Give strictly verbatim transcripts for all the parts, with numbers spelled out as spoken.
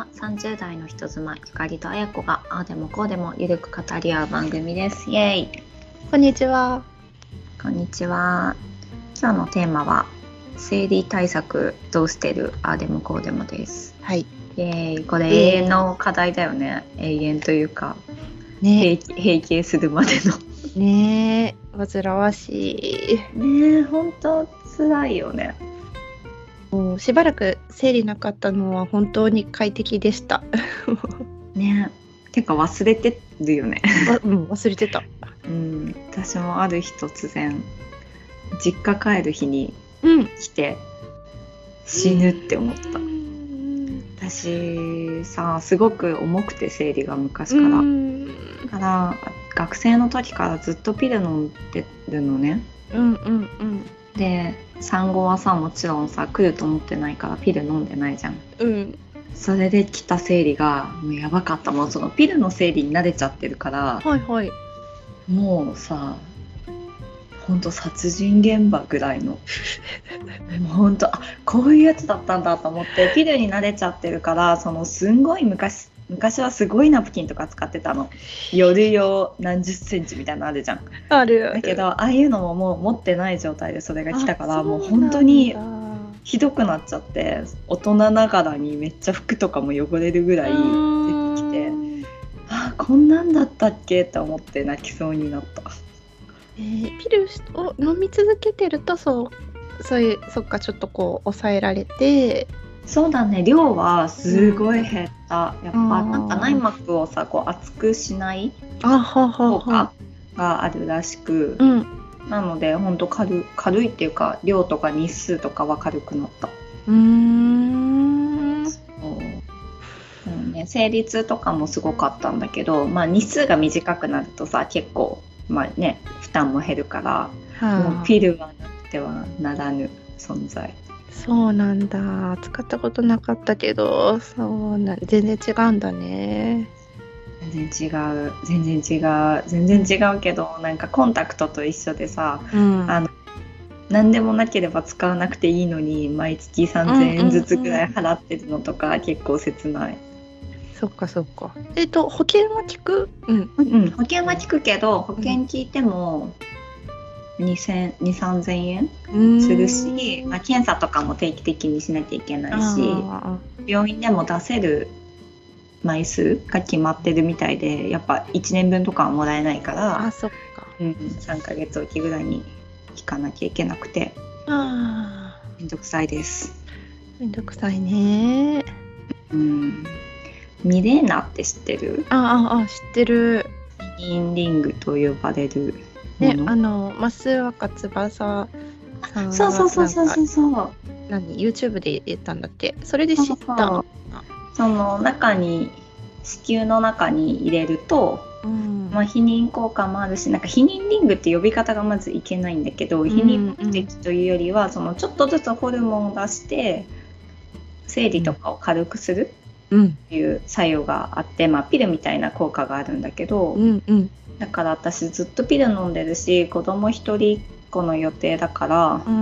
はさんじゅう代の人妻ゆかりとあやこがああでもこうでもゆるく語り合う番組です。イエーイ。 こんにちは。 こんにちは。今日のテーマは生理対策どうしてるああでもこうでもです。 はい。 イエーイ。これ永遠の課題だよね。永遠というか、 ね、 閉経するまでのねえ、煩わしい。 ねえ、本当辛いよね。 もうしばらく生理なかったのは本当に快適でした。 ねえ、てか忘れてるよね。 うん、忘れてた。 うん、私もある日突然実家帰る日にうん。 来て死ぬって思った。 うん私さ、すごく重くて生理が昔うからんだから学生の時からずっとピル飲んでるのね。 うんうんうんで産後はさ、もちろんさ来ると思ってないからピル飲んでないじゃん。 うんそれで来た生理がもうやばかった。もうそのピルの生理に慣れちゃってるからはいはい。 もうさ、ほんと殺人現場ぐらいのもうほんと、あ、こういうやつだったんだと思ってピルに慣れちゃってるから、そのすんごい昔昔はすごいナプキンとか使ってたの。夜用何十センチみたいなのあるじゃん。 ある。 だけどああいうのももう持ってない状態でそれが来たから、もうそうなんだ本当にひどくなっちゃって、大人ながらにめっちゃ服とかも汚れるぐらい出てきて、あ、こんなんだったっけって思って泣きそうになった。 えー、ピルを飲み続けてるとそうそういうそっかちょっとこう抑えられて。 そうだね、量はすごい減った。やっぱうんなんか内膜をさこう厚くしないあはは効果は。 があるらしく、 うんなのでほんと軽、軽いっていうか量とか日数とかは軽くなった。 うーんそうそうね、生理痛とかもすごかったんだけど、まあ、日数が短くなるとさ結構、まあね、負担も減るから、 はもうピルはなくてはならぬ存在。 そうなんだ。使ったことなかったけど、そうなん全然違うんだね。 全然違う全然違う全然違うけど、なんかコンタクトと一緒でさ、 うんあの何でもなければ使わなくていいのに毎月さんぜんえんずつぐらい払ってるのとか結構切ない。 そっかそっか。えっと保険は効く？うんうん、保険は効くけど保険効いてもにせん、にせんさんぜんえんするし、まあ、検査とかも定期的にしなきゃいけないし、病院でも出せる枚数が決まってるみたいで、やっぱいちねんぶんとかはもらえないから、 あ、そっか。 うん、さんかげつおきぐらいに引かなきゃいけなくてあめんどくさいです。 めんどくさいね。 うん、ミレーナって知ってる？ あああ、知ってる。 インリングと呼ばれるね、 もの。 あの増若翼さんがそうそうそうそうそうそう。 何 YouTube で言ったんだっけ？それで知った。 そうそう、その中に子宮の中に入れると、 うんまあ、避妊効果もあるし、なんか避妊リングって呼び方がまずいけないんだけど、避妊目的というよりはそのちょっとずつホルモンを出して生理とかを軽くするっていう作用があって、まあ、ピルみたいな効果があるんだけど、 うんうん、 だから私ずっとピル飲んでるし、子供一人っ子の予定だから、 うん、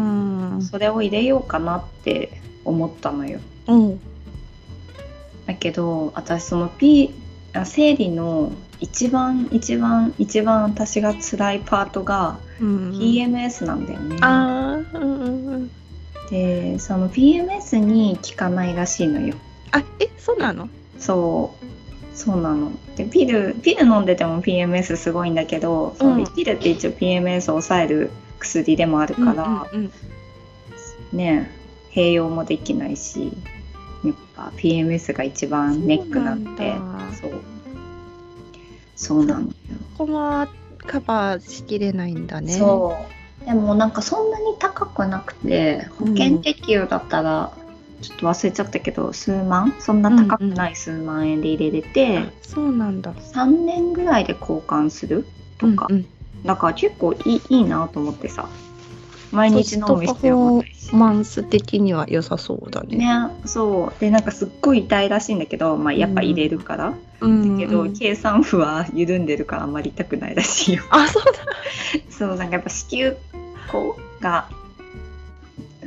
それを入れようかなって思ったのよ。 うん、 だけど私そのピ生理の一番一番一番私が辛いパートが ピーエムエス なんだよね。 あー、うんうんうん、 でその ピーエムエス に効かないらしいのよ。 あ、え、そうなの？ そうそうなの。でピルピル飲んでても ピーエムエス すごいんだけど、うん、そのピルって一応 ピーエムエス を抑える薬でもあるから、うんうんうん、ねえ併用もできないし、やっぱ ピーエムエス が一番ネックなんで、そうそうなのよ。 ここはカバーしきれないんだね。 そうでもなんかそんなに高くなくて、保険適用だったら、うん、ちょっと忘れちゃったけど数万、そんな高くない数万円で入れれて、うんうん、 そうなんだ。 さんねんぐらいで交換するとか、うんうん、だから結構いい、いいなと思ってさ、毎日飲む必要もないし、 パフォーマンス的には良さそうだね。 ね、そうでなんかすっごい痛いらしいんだけど、まあ、やっぱ入れるから、うん、だけど、うんうん、計算符は緩んでるからあんまり痛くないらしいよ。 あ、そうだ。 そうなんかやっぱ子宮口が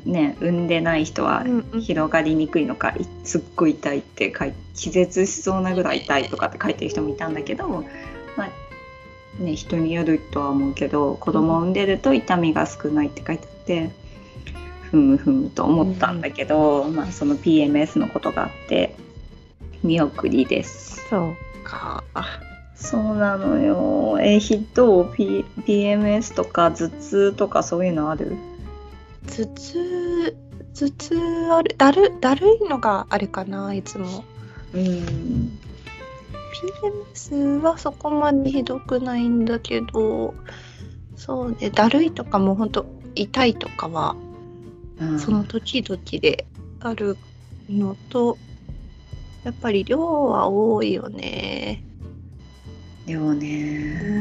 ね、産んでない人はうんうん広がりにくいのか、いすっごい痛いって書い気絶しそうなぐらい痛いとかって書いてる人もいたんだけど、まあね、人によるとは思うけど、子供を産んでると痛みが少ないって書いてあって、ふむふむと思ったんだけど、まあ、その ピーエムエス のことがあって見送りです。 そうか。 そうなのよ。え、どう P、ピーエムエス とか頭痛とかそういうのある？ 頭痛頭痛あるだるだるいのがあるかないつも。 うん。 ピーエムエス はそこまでひどくないんだけど、そうね、だるいとかも本当痛いとかは、うん、その時々であるのと、やっぱり量は多いよね。 量ね。 うん。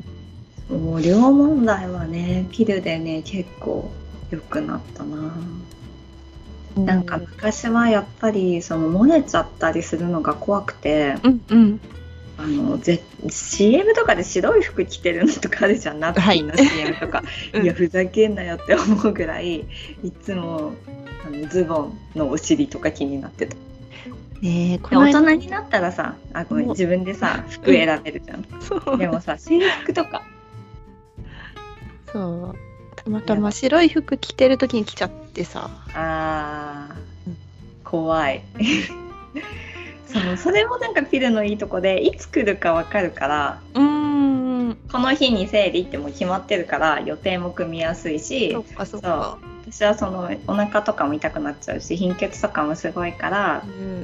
もう量問題はね、ピルでね結構良くなったな。なんか昔はやっぱりその漏れちゃったりするのが怖くて、 うんうん、 あのぜ シーエム とかで白い服着てるのとかあるじゃん、ナプキンの シーエム とか、はい、いやふざけんなよって思うぐらいいつもあのズボンのお尻とか気になってた。ね、この大人になったらさ、あごめん自分でさ服選べるじゃん、うん、でもさ制服とかそうたまたま白い服着てる時に着ちゃってさ、 あー怖いそのそれもなんかピルのいいとこで、いつ来るか分かるから、うーんこの日に生理っても決まってるから予定も組みやすいし、 そっかそっか、 そう私はそのお腹とかも痛くなっちゃうし貧血とかもすごいから、うん、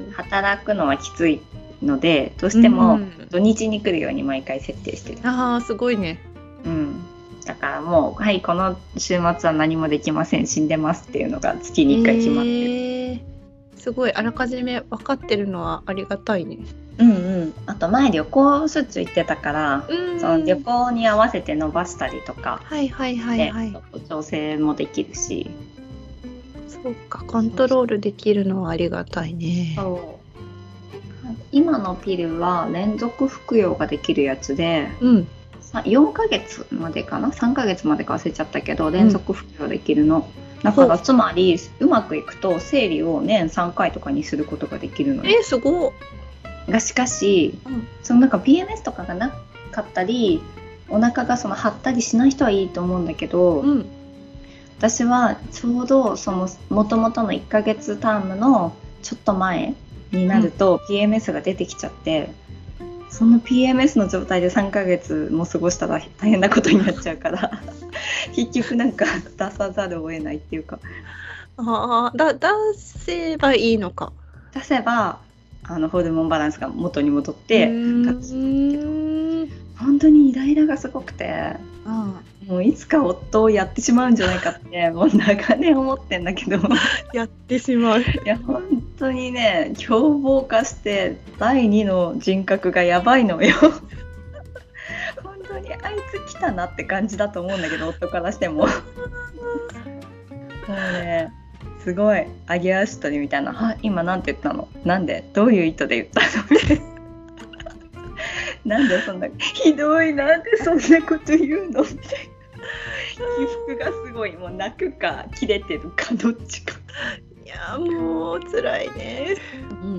働くのはきついのでどうしても土日に来るように毎回設定してる、 うん、あーすごいね、 うん、だからもうはいこの週末は何もできません死んでますっていうのが月にいっかい決まってる、えー、 すごいあらかじめ分かってるのはありがたいね。 うんうん、あと前旅行出張行ってたから、その旅行に合わせて伸ばしたりとか、 はいはいはいはい、 調整もできるし、 そうかコントロールできるのはありがたいね。 そう今のピルは連続服用ができるやつで、うん、よんかげつまでかなさんかげつまでか忘れちゃったけど連続服用できるの、うん、だからつまりうまくいくと生理を年さんかいとかにすることができるの。 えー、すごい。 がしかし、うん、そのなんか ピーエムエス とかがなかったりお腹がその張ったりしない人はいいと思うんだけど、うん、私はちょうどその元々のいっかげつタームのちょっと前になると ピーエムエス が出てきちゃって、うん、その ピーエムエス の状態でさんかげつも過ごしたら大変なことになっちゃうから結局なんか出さざるを得ないっていうか、 あだ出せばいいのか、 出せばあのホルモンバランスが元に戻って勝つけど、本当にイライラがすごくて、うん、もういつか夫をやってしまうんじゃないかってもう長年思ってんだけどやってしまう。いや本当にね凶暴化してだいにの人格がやばいのよ本当にあいつ来たなって感じだと思うんだけど夫からしてももうねすごい揚げ足取りみたいな、は今なんて言ったの、なんでどういう意図で言ったのみたいななんでそんなひどい、なんでそんなこと言うのみたいな、起伏がすごい、もう泣くかキレてるかどっちか、 いやもう辛いね、 うん、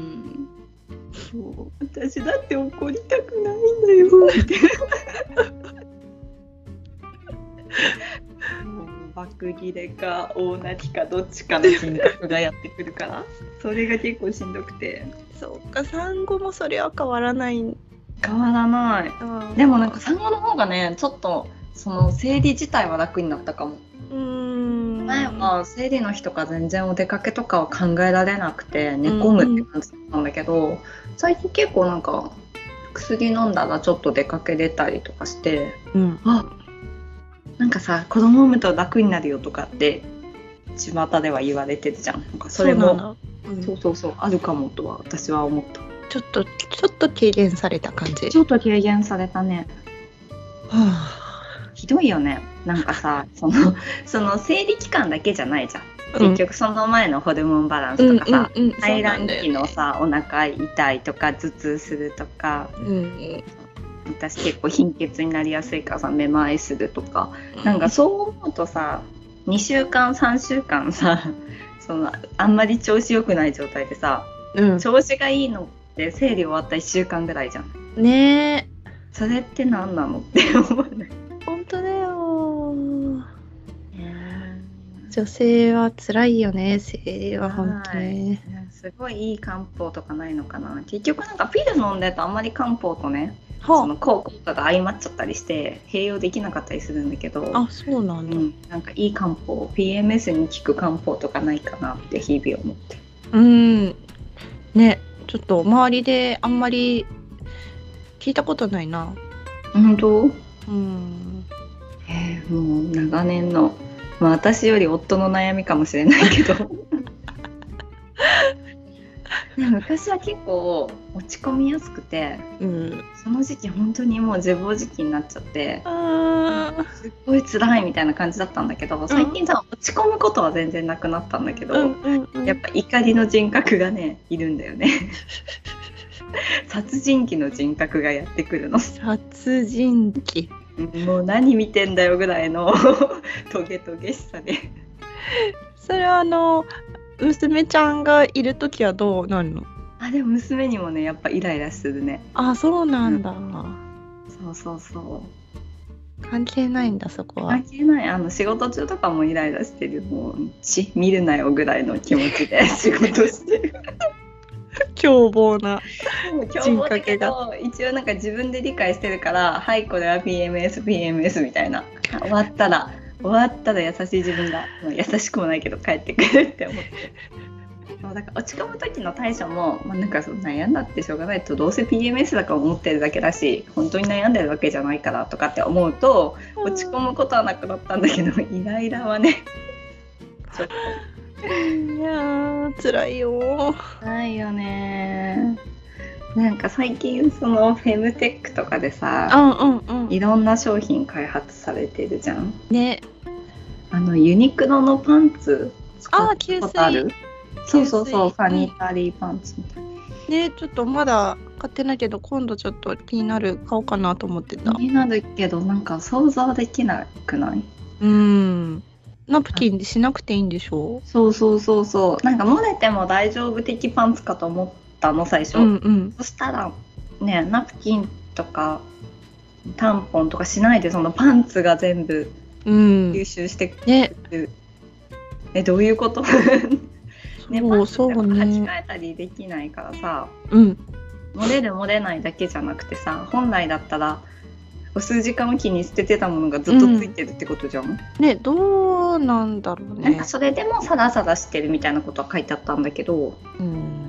そう私だって怒りたくないんだよみたいな爆切れか大泣きかどっちかの人格がやってくるからそれが結構しんどくて。 そうか産後もそれは変わらない。 変わらない。でもなんか産後の方がねちょっとその生理自体は楽になったかも。うーん前は生理の日とか全然お出かけとかは考えられなくて寝込むって感じだったんだけど、うんうん、最近結構なんか薬飲んだらちょっと出かけれたりとかして、うん、あなんかさ子供産むと楽になるよとかって巷では言われてるじゃん。なんかそれもそう、うん、そうそうそうあるかもとは私は思った。 ちょっとちょっと軽減された感じ。 ちょっと軽減されたね。はあ、ひどいよね。なんかさそのその生理期間だけじゃないじゃん。結局その前のホルモンバランスとかさ、排卵期のさ、お腹痛いとか頭痛するとか、うんうん、私結構貧血になりやすいからさめまいするとか、うん、なんかそう思うとさにしゅうかんさんしゅうかんさそのあんまり調子良くない状態でさ、うん、調子がいいのって生理終わったいっしゅうかんぐらいじゃんね。 えそれって何なのって思わない？ 本当だよ、女性は辛いよね、生理は本当に。 すごいいい漢方とかないのかな。結局なんかピル飲んでるとあんまり漢方とね、その効果が相まっちゃったりして併用できなかったりするんだけど、 あ、そうなんだ、うん、 なんかいい漢方 ピーエムエス に効く漢方とかないかなって日々思って。 うんね、ちょっと周りであんまり聞いたことないな。 本当？ うん。 えー、もう長年の、まあ、私より夫の悩みかもしれないけど昔は結構落ち込みやすくて、うん、その時期本当にもう自暴自棄になっちゃって、あすっごい辛いみたいな感じだったんだけど、最近さ、うん、落ち込むことは全然なくなったんだけど、うんうんうん、やっぱ怒りの人格がねいるんだよね殺人鬼の人格がやってくるの。 殺人鬼、 もう何見てんだよぐらいのトゲトゲしさで。 それはあの娘ちゃんがいるときはどうなるの？ あ、でも娘にもねやっぱイライラするね。 あ、そうなんだ、うん、 そうそうそう、 関係ないんだそこは。 関係ない。あの仕事中とかもイライラしてる。もうち見るなよぐらいの気持ちで仕事してる凶暴な人格が。一応なんか自分で理解してるから、はいこれは ピーエムエスピーエムエス みたいな、終わったら終わったら優しい自分が、優しくもないけど帰ってくるって思ってそうだから落ち込む時の対処も、まあ、なんかそ悩んだってしょうがないと、どうせ ピーエムエス だから思ってるだけだし本当に悩んでるわけじゃないからとかって思うと落ち込むことはなくなったんだけど、イライラはねちょっといやー辛いよ。 辛いよね。なんか最近そのフェムテックとかでさ、うんうんうん、いろんな商品開発されてるじゃんね。あのユニクロのパンツ使ったことある？そうそうそう、サニタリーパンツみたいな、うん、 ね。ちょっとまだ買ってないけど今度ちょっと気になる、買おうかなと思ってた。 気になるけどなんか想像できなくない？ うん、ナプキンしなくていいんでしょ？ そうそうそうそう、なんか漏れても大丈夫的パンツかと思ったの最初、うんうん、そしたらね、ナプキンとかタンポンとかしないでそのパンツが全部吸収してくる、うんね、えどういうことね、パンツって履き替えたりできないからさ、うん、漏れる漏れないだけじゃなくてさ、本来だったら数時間おきに捨ててたものがずっとついてるってことじゃん、うん、 ね。どうなんだろうね。 なんかそれでもサラサラしてるみたいなことは書いてあったんだけど、うん、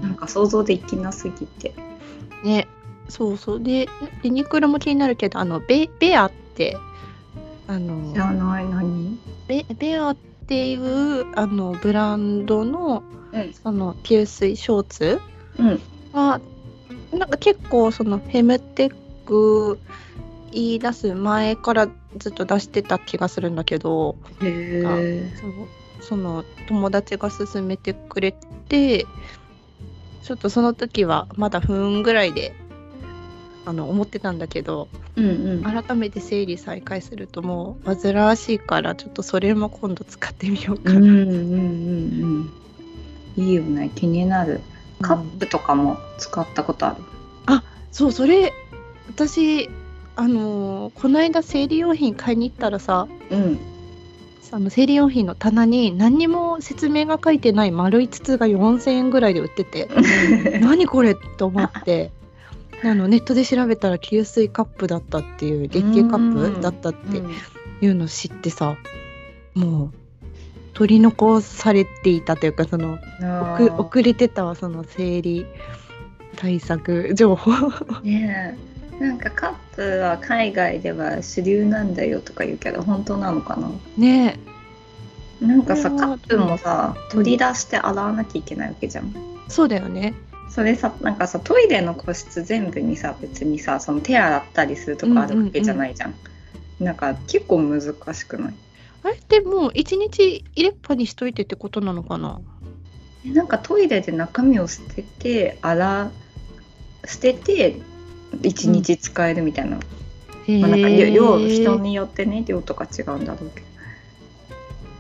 なんか想像できなすぎてね。そうそうで、ユニクロも気になるけど、あの ベ, ベアってあの知らない。何？ ベ, ベアっていうあのブランドの、うん、その吸水ショーツは、うん、なんか結構そのフェムテック言い出す前からずっと出してた気がするんだけど、へそ, その友達が勧めてくれて、ちょっとその時はまだ不運ぐらいであの思ってたんだけど、うんうん、改めて生理再開するともう煩わしいから、ちょっとそれも今度使ってみようかな。うんうんうんうんいいよね、気になる。カップとかも使ったことある？ うん、あ、そう、それ私あのー、この間生理用品買いに行ったらさ、うん、あの生理用品の棚に何にも説明が書いてない丸い筒がよんせんえんぐらいで売ってて何これと思ってあのネットで調べたら吸水カップだったっていう、月経カップだったっていうのを知ってさ、もう取り残されていたというか、その遅れてたわ、その生理対策情報ねえ、なんかカップは海外では主流なんだよとか言うけど本当なのかなね。えなんかさ、カップもさ取り出して洗わなきゃいけないわけじゃん。 そうだよね。 それさ、なんかさトイレの個室全部にさ別にさその手洗ったりするとかあるわけじゃないじゃん、うんうんうん、なんか結構難しくない？ あれってもう一日入れっぱにしといてってことなのかな？ なんかトイレで中身を捨てて洗捨てていちにち使えるみたいな、うんまあ、なんか量人によってね量とか違うんだろうけど、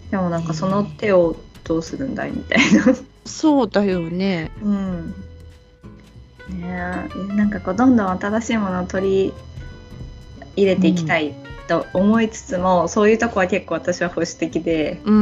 でもなんかその手をどうするんだいみたいな。 そうだよね。 うん。ねえ、なんかこうどんどん新しいものを取り入れていきたいと思いつつも、うん、そういうとこは結構私は保守的で、 うん、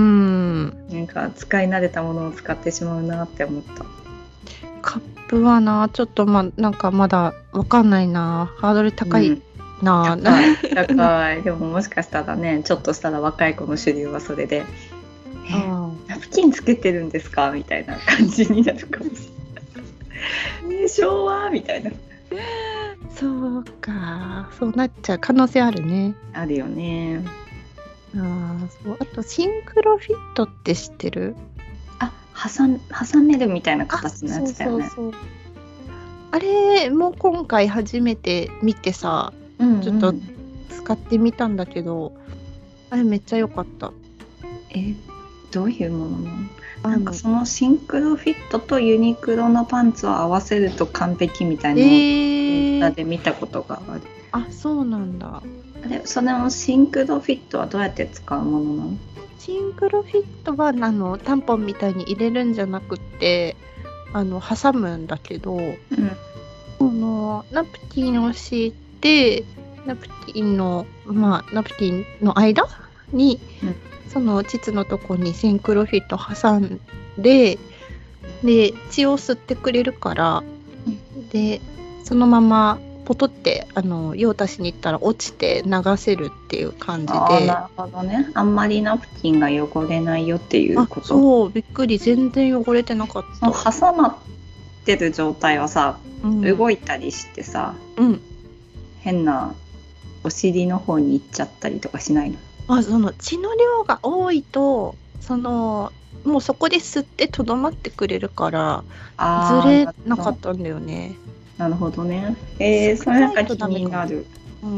なんか使い慣れたものを使ってしまうなって思った。 カップはな、ちょっとまなんかまだわかんないな、ハードル高いな、 うん、高い高いでももしかしたらね、ちょっとしたら若い子の主流はそれで、えー、ナプキン作ってるんですかみたいな感じになるかもしれない。昭和みたいな。 そうか、そうなっちゃう可能性あるね。 あるよね。 あそう、あとシンクロフィットって知ってる？ あ、挟, 挟めるみたいな形のやつだよね。そうそうそう、 あれも今回初めて見てさ、うんうん、ちょっと使ってみたんだけど、あれめっちゃ良かった。 え、どういうものなの？なんかそのシンクロフィットとユニクロのパンツを合わせると完璧みたいなのをインスタで見たことがある。 あ、そうなんだ。 あれ、そのシンクロフィットはどうやって使うものなの？ シンクロフィットはあのタンポンみたいに入れるんじゃなくて、あの挟むんだけど、うん、このナプキンを敷いて、ナプキンのまあナプキンの間に、うん、その膣のとこにシンクロフィット挟んで、で血を吸ってくれるから、うん、でそのままポトってあの用足しに行ったら落ちて流せるっていう感じで。あ、 なるほどね。あんまりナプキンが汚れないよっていうこと。 あ、そう、びっくり、全然汚れてなかった。 その挟まってる状態はさ、うん、動いたりしてさ、うん、変なお尻の方に行っちゃったりとかしないの？ あ、その血の量が多いと、そのもうそこで吸ってとどまってくれるからずれなかったんだよね。 なるほどね。えー、それなんか気になる。うん。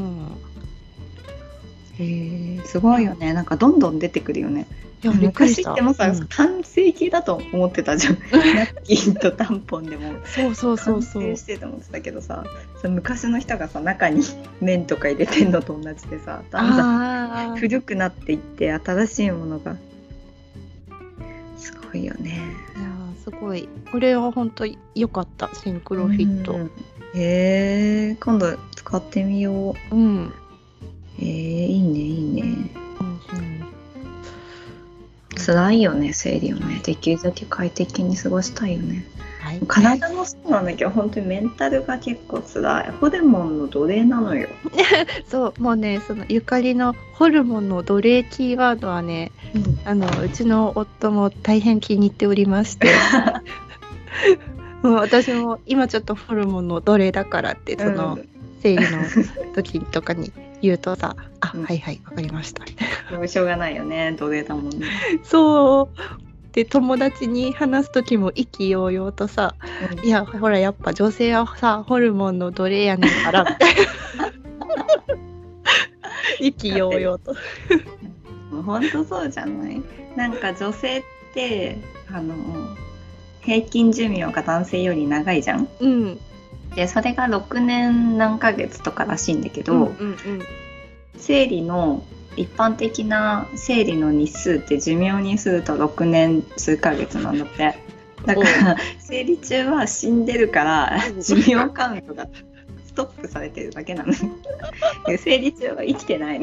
えー、すごいよね。なんかどんどん出てくるよね。いや、昔ってもさ、うん、完成形だと思ってたじゃん。ナプキンとタンポンでもそうそうそうそう完成してと思ってたけどさ、その昔の人がさ中に麺とか入れてんのと同じでさ、だんだん古くなっていって新しいものがすごいよね。 いやすごい、これは本当に良かった、シンクロフィット。 へえー、今度使ってみよう。うん。えー、いいねいいね。うんうん、辛いよね、生理をね。できるだけ快適に過ごしたいよね。はい、体もそうなんだけど、本当にメンタルが結構辛い。ホルモンの奴隷なのよ。 そう、もうね、そのゆかりのホルモンの奴隷キーワードはね、うん、あのうちの夫も大変気に入っておりましてもう私も今ちょっとホルモンの奴隷だからってその、うん、生理の時とかに言うとさ、あ、うん、はいはいわかりましたしょうがないよね、奴隷だもんね。 そうで、友達に話す時も意気揚々とさ、うん、いやほらやっぱ女性はさホルモンの奴隷やねんからみたいな意気揚々と本当そうじゃない？なんか女性ってあの平均寿命が男性より長いじゃん、うん、でそれがろくねん何ヶ月とからしいんだけど、うんうんうん、生理の一般的な生理の日数って寿命にするとろくねん数ヶ月なんだって。だから生理中は死んでるから寿命カウントがストップされてるだけなの生理中は生きてないの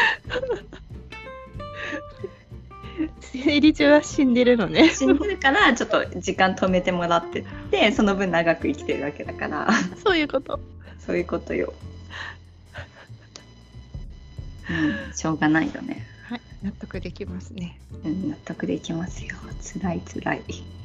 生理中は死んでるのね。 死んでるからちょっと時間止めてもらってってその分長く生きてるわけだからそういうことそういうことよ、うん、しょうがないよね。 はい、納得できますね、 うん、納得できますよ。つらいつらい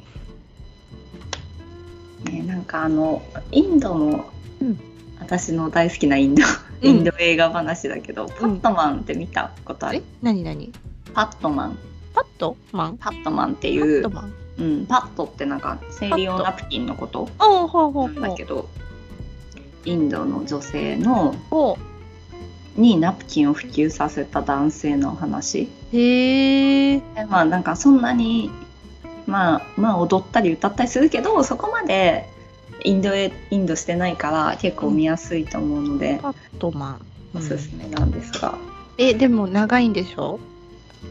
ね。なんかあのインドの、うん、私の大好きなインドインド映画話だけど、うん、パットマンって見たことある？ え、何何？ パットマン。 パットマン？ パットマンっていう、パットマン、うん、パットってなんか生理用ナプキンのことなんだけど、インドの女性のにナプキンを普及させた男性の話。へー。まあなんかそんなにまあまあ踊ったり歌ったりするけどそこまでインドへインドしてないから結構見やすいと思うので、うん、 パットマンおすすめなんですが、 うん、えでも長いんでしょ？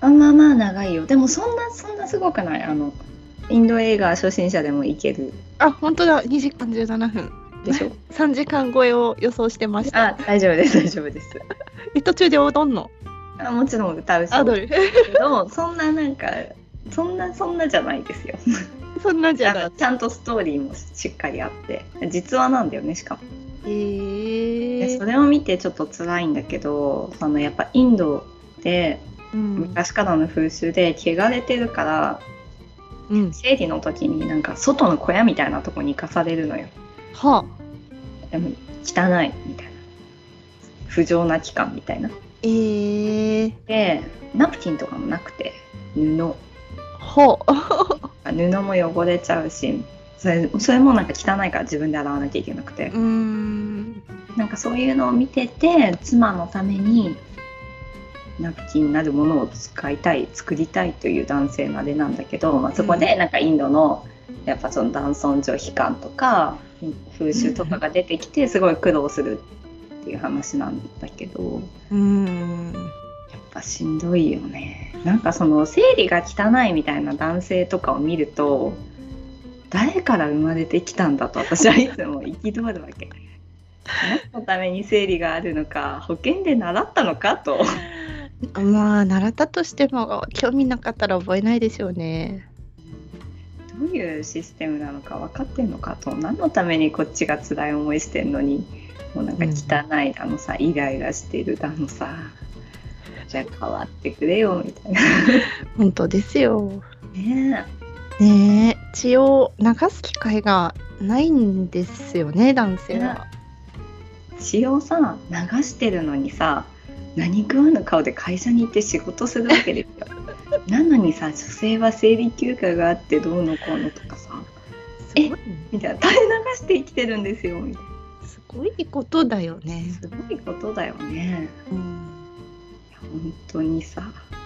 あまあまあ長いよ。でもそんなそんなすごくない。あのインド映画初心者でもいける。 あ、本当だ。にじかんじゅうななふんでしょ。 さんじかん超えを予想してました。 あ、大丈夫です大丈夫です。 途中で踊んの？ あ、もちろん歌うし。 踊る。 けどそんななんかそんなそんなじゃないですよ。 そんなじゃない。 ちゃんとストーリーもしっかりあって、実話なんだよね、しかも。 へー。 でそれを見てちょっと辛いんだけど、そのやっぱインドで昔からの風習で汚れてるから、うん、生理の時になんか外の小屋みたいなとこに行かされるのよ。 はあ、でも汚いみたいな、不浄な期間みたいな。 えー、 でナプキンとかもなくて布。 はあ、布も汚れちゃうし、それ、それもなんか汚いから自分で洗わなきゃいけなくて、 うーん、 なんかそういうのを見てて、妻のためにナプキンになるものを使いたい、作りたいという男性のあれなんだけど、まあ、そこでなんかインドのやっぱその男尊女卑感とか風習とかが出てきてすごい苦労するっていう話なんだけど、 うーん、 やっぱしんどいよね。なんかその生理が汚いみたいな男性とかを見ると、誰から生まれてきたんだと私はいつも憤るわけ。何のために生理があるのか、保険で習ったのかと。 まあ習ったとしても興味なかったら覚えないですよね。 どういうシステムなのか分かってんのかと。何のためにこっちが辛い思いしてんのに、もうなんか汚いだのさ、イライラしてるだのさ、じゃあ変わってくれよみたいな。 本当ですよねえ。ねえ、血を流す機会がないんですよね、男性は。 血をさ流してるのにさ、何食わぬ顔で会社に行って仕事するわけですよ。なのにさ、女性は生理休暇があってどうのこうのとかさ、えみたいな、垂れ流して生きてるんですよみたいな。 すごいことだよね。 すごいことだよね。うん、いや本当にさ、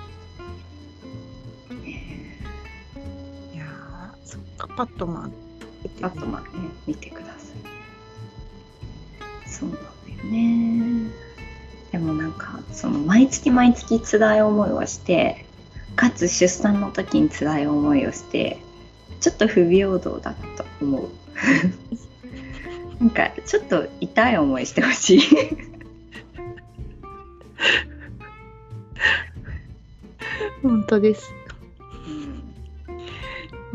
ね、いやそっか、パットマンパットマンね、見てください。そうなんだよね。でもなんかその毎月毎月辛い思いをして、かつ出産の時に辛い思いをして、ちょっと不平等だと思う。なんかちょっと痛い思いしてほしい。 本当です、 うん、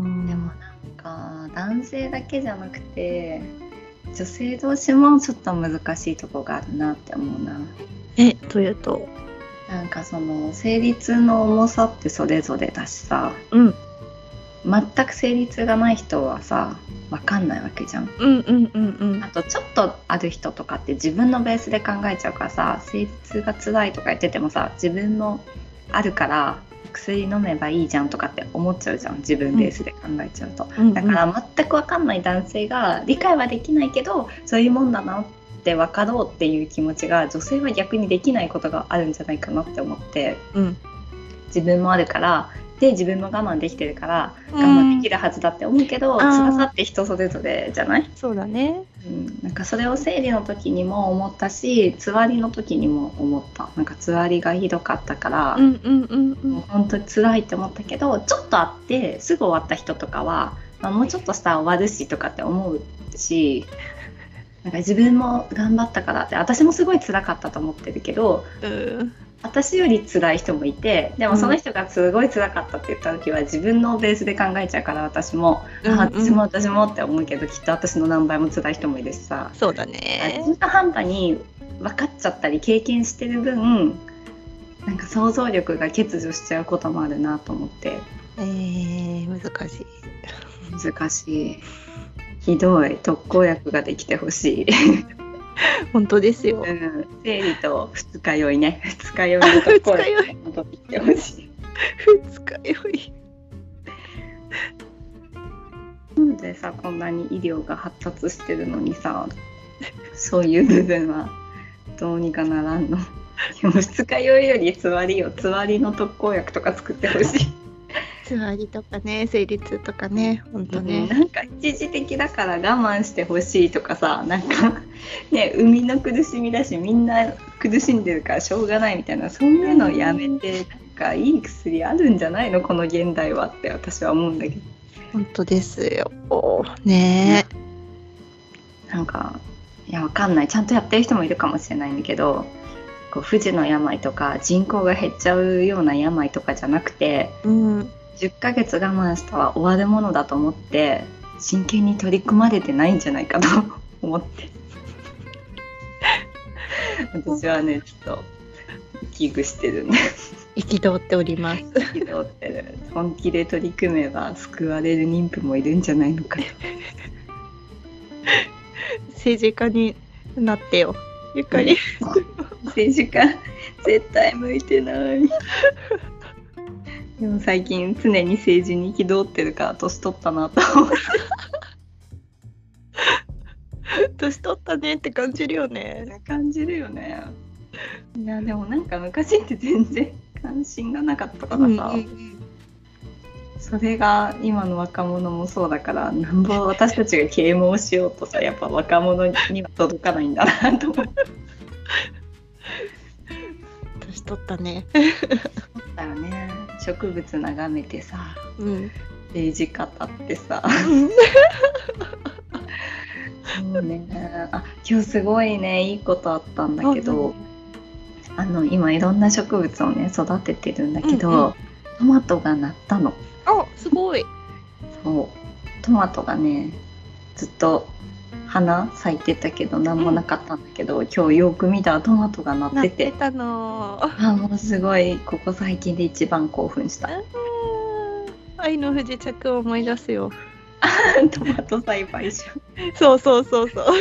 うんでもなんか男性だけじゃなくて女性同士もちょっと難しいとこがあるなって思うな。 え、というと、 なんかその生理痛の重さってそれぞれだしさ、 うん、 全く生理痛がない人はさ分かんないわけじゃん。 うんうんうんうん。 あとちょっとある人とかって自分のベースで考えちゃうからさ、生理痛が辛いとか言っててもさ、自分のあるから薬飲めばいいじゃんとかって思っちゃうじゃん、自分ベースで考えちゃうと、うん、だから全く分かんない男性が理解はできないけど、そういうもんだなって分かろうっていう気持ちが女性は逆にできないことがあるんじゃないかなって思って、うん、自分もあるからで自分も我慢できてるから我慢できるはずだって思うけど、うん、辛さって人それぞれじゃない？ そうだね、 うん、なんかそれを生理の時にも思ったし、つわりの時にも思った。なんかつわりがひどかったから、うんうんうんうん、もう本当に辛いって思ったけど、ちょっとあってすぐ終わった人とかは、まあ、もうちょっとしたら終わるしとかって思うし、なんか自分も頑張ったからって、私もすごい辛かったと思ってるけど、うん私より辛い人もいて、でもその人がすごい辛かったって言った時は自分のベースで考えちゃうから、私も、うんうん、あ私も私もって思うけど、きっと私の何倍も辛い人もいるしさ。 そうだね。 中途半端に分かっちゃったり経験してる分、なんか想像力が欠如しちゃうこともあるなと思って。 えー、難しい難しい。ひどい。特効薬ができてほしい。 本当ですよ、 うん、生理と二日酔いね、二日酔いのところに戻ってきてほしい。 二日酔いなんでさ、こんなに医療が発達してるのにさ、そういう部分はどうにかならんの？でも二日酔いよりつわりよ、つわりの特効薬とか作ってほしい。 つわりとかね、生理痛とかね、本当ね、 うん、なんか一時的だから我慢してほしいとかさ、なんかね、生みの苦しみだしみんな苦しんでるからしょうがないみたいな、そういうのをやめて、なんかいい薬あるんじゃないのこの現代はって私は思うんだけど。 本当ですよねえなんかいやわかんない、ちゃんとやってる人もいるかもしれないんだけど、こう不治の病とか人口が減っちゃうような病とかじゃなくて、 うん、 じゅっかげつ我慢したら終わるものだと思って真剣に取り組まれてないんじゃないかと思って私はねちょっと危惧してるんで憤っております憤ってる。本気で取り組めば救われる妊婦もいるんじゃないのかと政治家になってよゆかり政治家絶対向いてないでも最近常に政治に憤ってるから年取ったなと思って年取ったねって感じるよね。 感じるよね。いやでもなんか昔って全然関心がなかったからさ、うんうんうん、それが今の若者もそうだから、なんぼ私たちが啓蒙しようとさやっぱ若者には届かないんだなと思って年取ったねだよね。植物眺めてさ、 うん、 政治語ってさそうね、あ今日すごいねいいことあったんだけど、あの今いろんな植物をね育ててるんだけど、うんうん、トマトがなったの。 あすごい。 そうトマトがねずっと花咲いてたけど何もなかったんだけど、うん、今日よく見たらトマトがなってて、 なってたの。 あもうすごいここ最近で一番興奮した。 愛の不時着を思い出すよトマト栽培所そうそうそうそう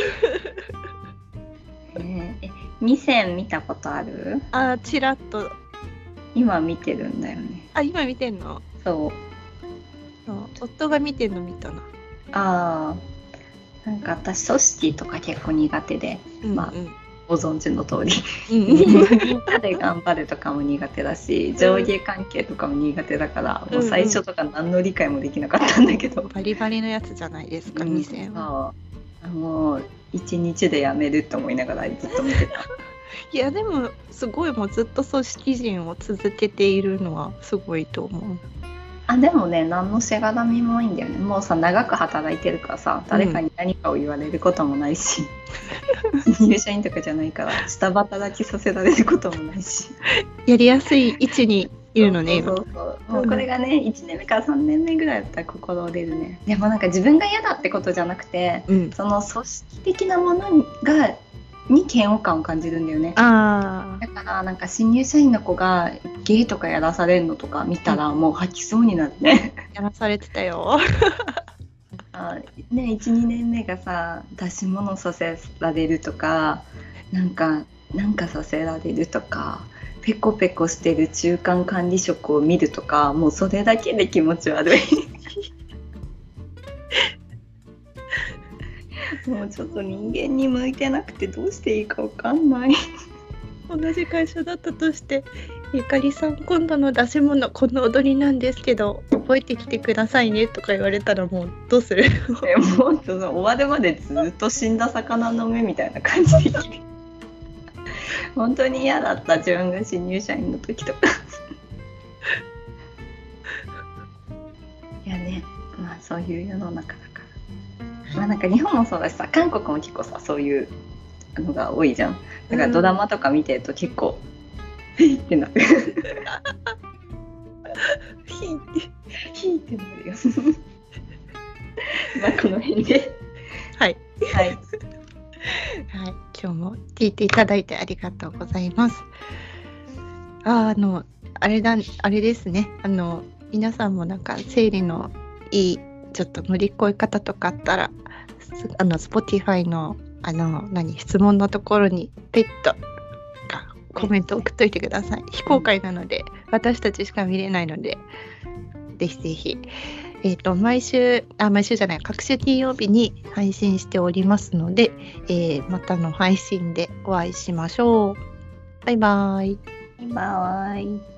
えー、えにせん見たことある？ あちらっと今見てるんだよね。 あ今見てんの？ そうそう夫が見てんの見たな。 あーなんか私組織とか結構苦手で、うんうん、まあご存知の通りみんなで頑張るとかも苦手だし、上下関係とかも苦手だから、うん、もう最初とか何の理解もできなかったんだけど、 バリバリのやつじゃないですか、うん、にせんは。 もう一日でやめると思いながらずっと見てたいやでもすごいもうずっと組織人を続けているのはすごいと思う。 あでもね何のしがらみもいいんだよね。もうさ長く働いてるからさ誰かに何かを言われることもないし、うん、新入社員とかじゃないから下働きさせられることもないしやりやすい位置にいるのね。 そうそうそうそうもうこれがねいちねんめからさんねんめぐらいだったら心折れるね。でもなんか自分が嫌だってことじゃなくて、うん、その組織的なものがに嫌悪感を感じるんだよね。 あだからなんか新入社員の子がゲイとかやらされるのとか見たらもう吐きそうになるね。 やらされてたよあね、いちにねんめがさ出し物させられるとかなんかなんかさせられるとかペコペコしてる中間管理職を見るとかもうそれだけで気持ち悪いもうちょっと人間に向いてなくてどうしていいか分かんない同じ会社だったとしてゆかりさん今度の出し物この踊りなんですけど覚えてきてくださいねとか言われたらもうどうするえもう終わるまでずっと死んだ魚の目みたいな感じで本当に嫌だった自分が新入社員の時とかいやねまあそういう世の中だからまあなんか日本もそうだしさ韓国も結構さそういうのが多いじゃん。だからドラマとか見てると結構ヒーってなるヒーってヒーってなるよまあこの辺ではいはい、はい、 今日も聞いていただいてありがとうございます。ああのあれだあれですねあの皆さんもなんか生理のいいちょっと乗り越え方とかあったらあの Spotify のあの何質問のところにペットがコメント送っといてください。非公開なので私たちしか見れないのでぜひぜひえっと毎週あ毎週じゃない各週金曜日に配信しておりますので、えー、またの配信でお会いしましょう。バイバイ。 バイバイ。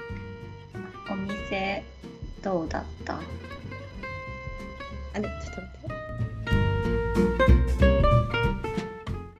お店どうだった？ あれちょっと待って。